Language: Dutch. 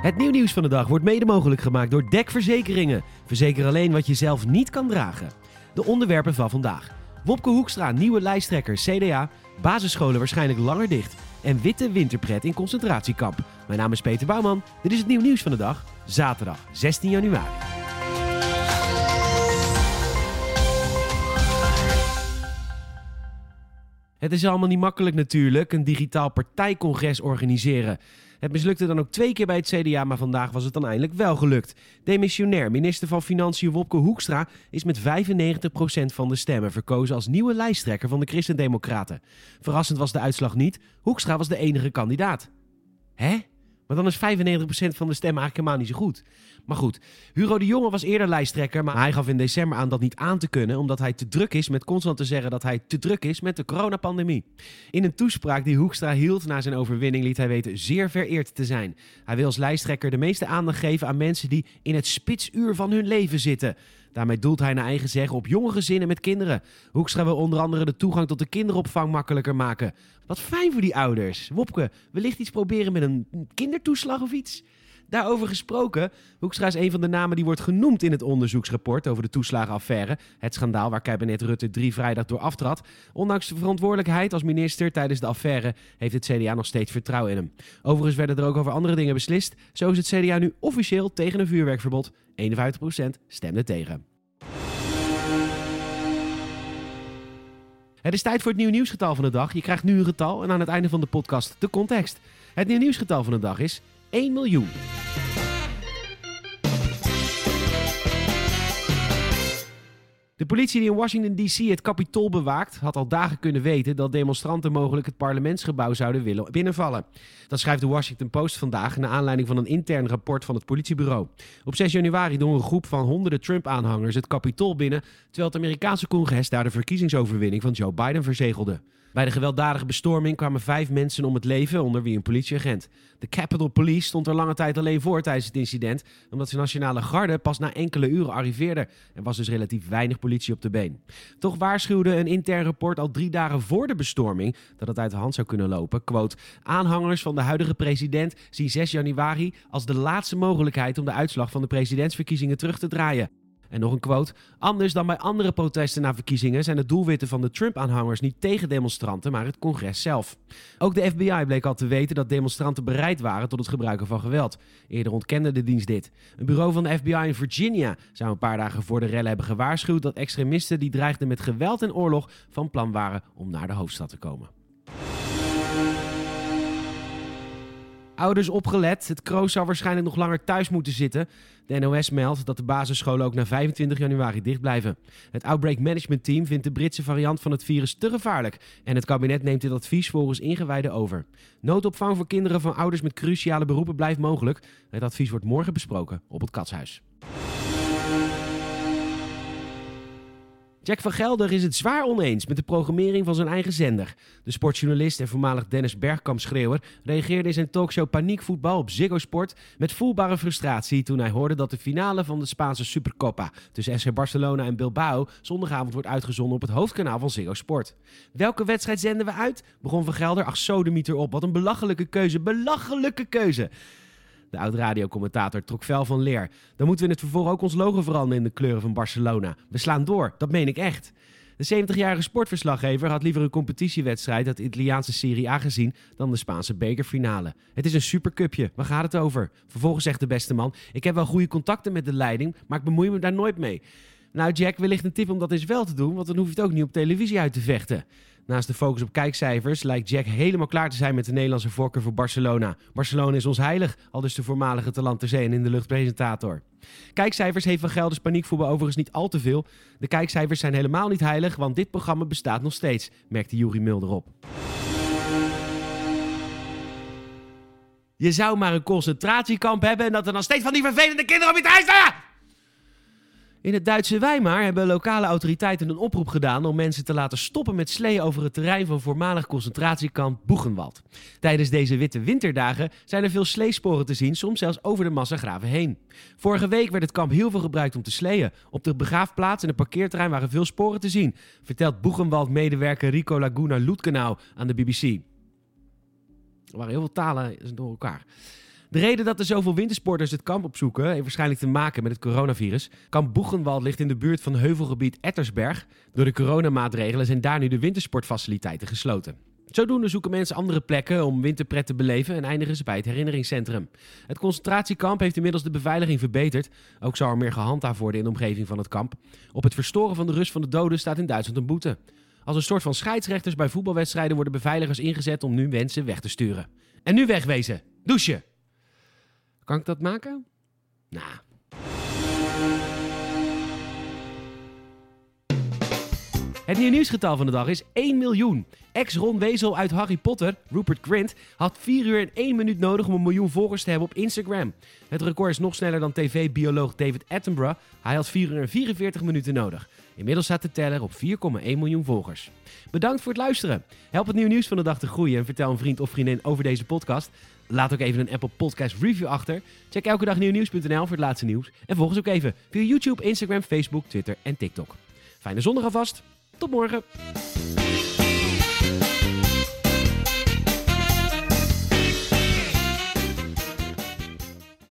Het nieuws van de dag wordt mede mogelijk gemaakt door DEC Verzekeringen. Verzeker alleen wat je zelf niet kan dragen. De onderwerpen van vandaag. Wopke Hoekstra, nieuwe lijsttrekker CDA. Basisscholen waarschijnlijk langer dicht. En witte winterpret in concentratiekamp. Mijn naam is Peter Bouwman. Dit is het nieuws van de dag. Zaterdag 16 januari. Het is allemaal niet makkelijk natuurlijk, een digitaal partijcongres organiseren. Het mislukte dan ook 2 keer bij het CDA, maar vandaag was het dan eindelijk wel gelukt. Demissionair minister van Financiën Wopke Hoekstra is met 95% van de stemmen verkozen als nieuwe lijsttrekker van de Christen-Democraten. Verrassend was de uitslag niet, Hoekstra was de enige kandidaat. Hè? Maar dan is 95% van de stemmen eigenlijk helemaal niet zo goed. Maar goed, Hugo de Jonge was eerder lijsttrekker, maar hij gaf in december aan dat niet aan te kunnen, omdat hij te druk is met constant te zeggen dat hij te druk is met de coronapandemie. In een toespraak die Hoekstra hield na zijn overwinning liet hij weten zeer vereerd te zijn. Hij wil als lijsttrekker de meeste aandacht geven aan mensen die in het spitsuur van hun leven zitten. Daarmee doelt hij naar eigen zeggen op jonge gezinnen met kinderen. Hoekstra wil onder andere de toegang tot de kinderopvang makkelijker maken. Wat fijn voor die ouders. Wopke, wellicht iets proberen met een kindertoeslag of iets? Daarover gesproken, Hoekstra is een van de namen die wordt genoemd in het onderzoeksrapport over de toeslagenaffaire. Het schandaal waar kabinet Rutte 3 vrijdag door aftrad. Ondanks de verantwoordelijkheid als minister tijdens de affaire heeft het CDA nog steeds vertrouwen in hem. Overigens werden er ook over andere dingen beslist. Zo is het CDA nu officieel tegen een vuurwerkverbod. 51% stemde tegen. Het is tijd voor het nieuwsgetal van de dag. Je krijgt nu een getal en aan het einde van de podcast de context. Het nieuwsgetal van de dag is 1 miljoen. De politie die in Washington D.C. het Capitool bewaakt, had al dagen kunnen weten dat demonstranten mogelijk het parlementsgebouw zouden willen binnenvallen. Dat schrijft de Washington Post vandaag naar aanleiding van een intern rapport van het politiebureau. Op 6 januari drong een groep van honderden Trump-aanhangers het Capitool binnen, terwijl het Amerikaanse congres daar de verkiezingsoverwinning van Joe Biden verzegelde. Bij de gewelddadige bestorming kwamen 5 mensen om het leven, onder wie een politieagent. De Capitol Police stond er lange tijd alleen voor tijdens het incident, omdat zijn nationale garde pas na enkele uren arriveerde. Er was dus relatief weinig politie op de been. Toch waarschuwde een intern rapport al 3 dagen voor de bestorming dat het uit de hand zou kunnen lopen. Quote, aanhangers van de huidige president zien 6 januari als de laatste mogelijkheid om de uitslag van de presidentsverkiezingen terug te draaien. En nog een quote. Anders dan bij andere protesten na verkiezingen zijn de doelwitten van de Trump-aanhangers niet tegen demonstranten, maar het congres zelf. Ook de FBI bleek al te weten dat demonstranten bereid waren tot het gebruiken van geweld. Eerder ontkende de dienst dit. Een bureau van de FBI in Virginia zou een paar dagen voor de rellen hebben gewaarschuwd dat extremisten die dreigden met geweld en oorlog van plan waren om naar de hoofdstad te komen. Ouders opgelet, het kroost zou waarschijnlijk nog langer thuis moeten zitten. De NOS meldt dat de basisscholen ook na 25 januari dicht blijven. Het Outbreak Management Team vindt de Britse variant van het virus te gevaarlijk. En het kabinet neemt dit advies volgens ingewijden over. Noodopvang voor kinderen van ouders met cruciale beroepen blijft mogelijk. Het advies wordt morgen besproken op het Katshuis. Jack van Gelder is het zwaar oneens met de programmering van zijn eigen zender. De sportjournalist en voormalig Dennis Bergkamp-schreeuwer reageerde in zijn talkshow Paniekvoetbal op Ziggo Sport met voelbare frustratie toen hij hoorde dat de finale van de Spaanse Supercopa tussen SC Barcelona en Bilbao zondagavond wordt uitgezonden op het hoofdkanaal van Ziggo Sport. Welke wedstrijd zenden we uit? Begon van Gelder. Ach, sodemieter op. Wat een belachelijke keuze. Belachelijke keuze. De oud-radiocommentator trok fel van leer. Dan moeten we in het vervolg ook ons logo veranderen in de kleuren van Barcelona. We slaan door, dat meen ik echt. De 70-jarige sportverslaggever had liever een competitiewedstrijd uit de Italiaanse Serie A gezien dan de Spaanse bekerfinale. Het is een supercupje, waar gaat het over? Vervolgens zegt de beste man, ik heb wel goede contacten met de leiding, maar ik bemoei me daar nooit mee. Nou Jack, wellicht een tip om dat eens wel te doen, want dan hoef je het ook niet op televisie uit te vechten. Naast de focus op kijkcijfers lijkt Jack helemaal klaar te zijn met de Nederlandse voorkeur voor Barcelona. Barcelona is ons heilig, aldus de voormalige Talent ter Zee en in de lucht presentator. Kijkcijfers heeft Van Gelders paniekvoetbal overigens niet al te veel. De kijkcijfers zijn helemaal niet heilig, want dit programma bestaat nog steeds, merkte Juri Mulder op. Je zou maar een concentratiekamp hebben en dat er dan steeds van die vervelende kinderen op je terrein staan! In het Duitse Weimar hebben lokale autoriteiten een oproep gedaan om mensen te laten stoppen met sleeën over het terrein van voormalig concentratiekamp Buchenwald. Tijdens deze witte winterdagen zijn er veel sleesporen te zien, soms zelfs over de massagraven heen. Vorige week werd het kamp heel veel gebruikt om te sleeën. Op de begraafplaats en het parkeerterrein waren veel sporen te zien, vertelt Buchenwald-medewerker Rico Laguna Lutkenau aan de BBC. Er waren heel veel talen door elkaar. De reden dat er zoveel wintersporters het kamp opzoeken heeft waarschijnlijk te maken met het coronavirus. Kamp Boegenwald ligt in de buurt van heuvelgebied Ettersberg. Door de coronamaatregelen zijn daar nu de wintersportfaciliteiten gesloten. Zodoende zoeken mensen andere plekken om winterpret te beleven en eindigen ze bij het herinneringscentrum. Het concentratiekamp heeft inmiddels de beveiliging verbeterd. Ook zou er meer gehandhaafd worden in de omgeving van het kamp. Op het verstoren van de rust van de doden staat in Duitsland een boete. Als een soort van scheidsrechters bij voetbalwedstrijden worden beveiligers ingezet om nu mensen weg te sturen. En nu wegwezen. Douchen. Kan ik dat maken? Nou. Het nieuwsgetal van de dag is 1 miljoen. Ex-Ron Weasley uit Harry Potter, Rupert Grint, had 4 uur en 1 minuut nodig om 1 miljoen volgers te hebben op Instagram. Het record is nog sneller dan tv-bioloog David Attenborough. Hij had 4 uur en 44 minuten nodig. Inmiddels staat de teller op 4,1 miljoen volgers. Bedankt voor het luisteren. Help het nieuws van de dag te groeien en vertel een vriend of vriendin over deze podcast. Laat ook even een Apple Podcast review achter. Check elke dag nieuwnieuws.nl voor het laatste nieuws. En volg ons ook even via YouTube, Instagram, Facebook, Twitter en TikTok. Fijne zondag alvast. Tot morgen.